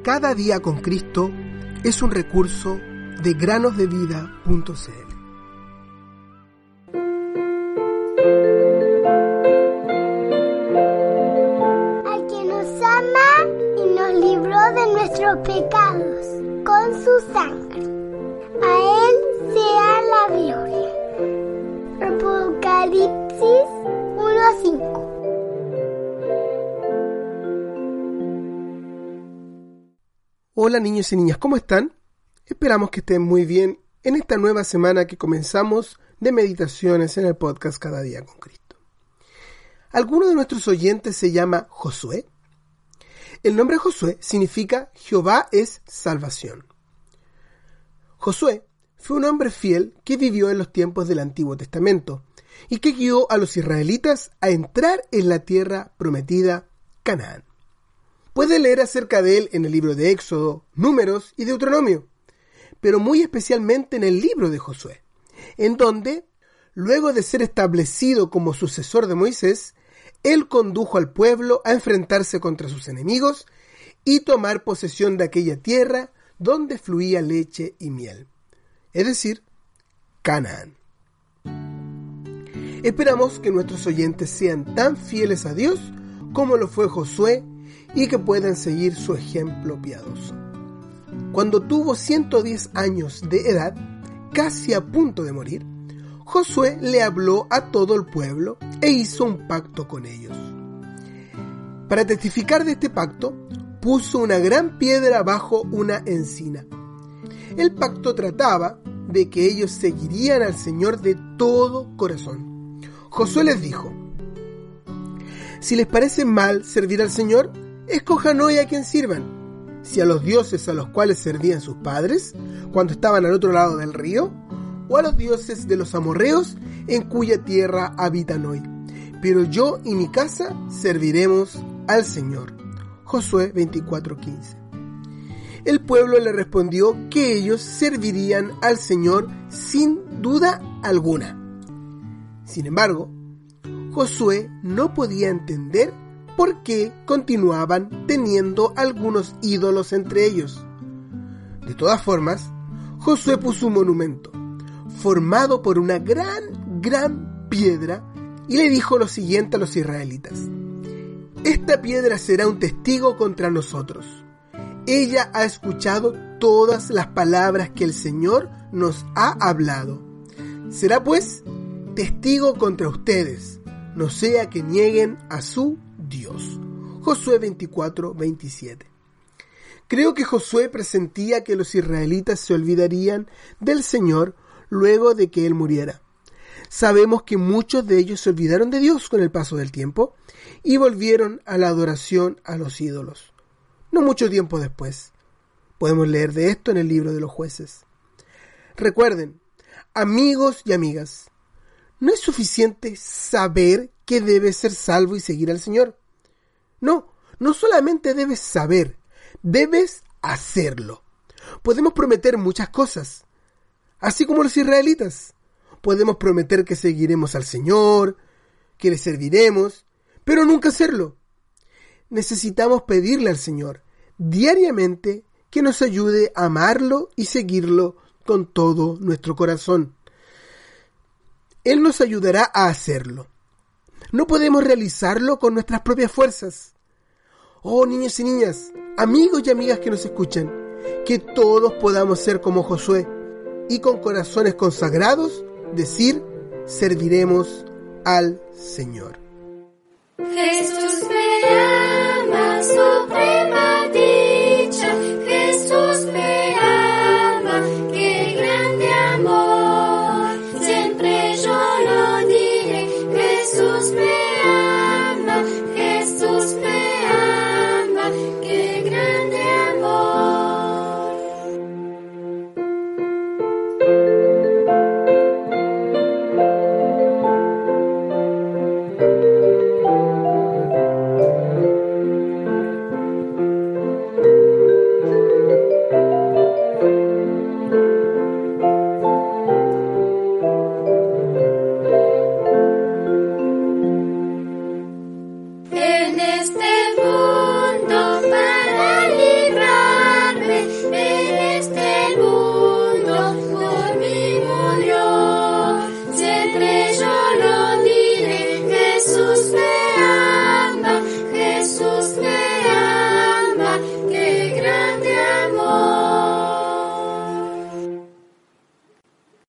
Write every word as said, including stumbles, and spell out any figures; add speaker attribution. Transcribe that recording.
Speaker 1: Cada día con Cristo es un recurso de granos de vida punto c l.
Speaker 2: Al que nos ama y nos libró de nuestros pecados con su sangre, a Él sea la gloria. Apocalipsis uno a cinco.
Speaker 1: Hola niños y niñas, ¿cómo están? Esperamos que estén muy bien en esta nueva semana que comenzamos de meditaciones en el podcast Cada Día con Cristo. ¿Alguno de nuestros oyentes se llama Josué? El nombre Josué significa Jehová es salvación. Josué fue un hombre fiel que vivió en los tiempos del Antiguo Testamento y que guió a los israelitas a entrar en la tierra prometida, Canaán. Puede leer acerca de él en el libro de Éxodo, Números y Deuteronomio, pero muy especialmente en el libro de Josué, en donde, luego de ser establecido como sucesor de Moisés, él condujo al pueblo a enfrentarse contra sus enemigos y tomar posesión de aquella tierra donde fluía leche y miel, es decir, Canaán. Esperamos que nuestros oyentes sean tan fieles a Dios como lo fue Josué y que puedan seguir su ejemplo piadoso. Cuando tuvo ciento diez años de edad, casi a punto de morir, Josué le habló a todo el pueblo e hizo un pacto con ellos. Para testificar de este pacto, puso una gran piedra bajo una encina. El pacto trataba de que ellos seguirían al Señor de todo corazón. Josué les dijo: si les parece mal servir al Señor, escojan hoy a quien sirvan, si a los dioses a los cuales servían sus padres cuando estaban al otro lado del río, o a los dioses de los amorreos en cuya tierra habitan hoy. Pero yo y mi casa serviremos al Señor. Josué veinticuatro quince. El pueblo le respondió que ellos servirían al Señor sin duda alguna. Sin embargo, Josué no podía entender por qué continuaban teniendo algunos ídolos entre ellos. De todas formas, Josué puso un monumento, formado por una gran, gran piedra, y le dijo lo siguiente a los israelitas: esta piedra será un testigo contra nosotros. Ella ha escuchado todas las palabras que el Señor nos ha hablado. Será pues testigo contra ustedes, no sea que nieguen a su Dios. Josué veinticuatro veintisiete. Creo que Josué presentía que los israelitas se olvidarían del Señor luego de que él muriera. Sabemos que muchos de ellos se olvidaron de Dios con el paso del tiempo y volvieron a la adoración a los ídolos. No mucho tiempo después. Podemos leer de esto en el libro de los Jueces. Recuerden, amigos y amigas, no es suficiente saber que debes ser salvo y seguir al Señor. No, no solamente debes saber, debes hacerlo. Podemos prometer muchas cosas, así como los israelitas. Podemos prometer que seguiremos al Señor, que le serviremos, pero nunca hacerlo. Necesitamos pedirle al Señor diariamente que nos ayude a amarlo y seguirlo con todo nuestro corazón. Él nos ayudará a hacerlo. No podemos realizarlo con nuestras propias fuerzas. Oh, niños y niñas, amigos y amigas que nos escuchan, que todos podamos ser como Josué y con corazones consagrados decir: serviremos al Señor.
Speaker 3: Jesús me ama,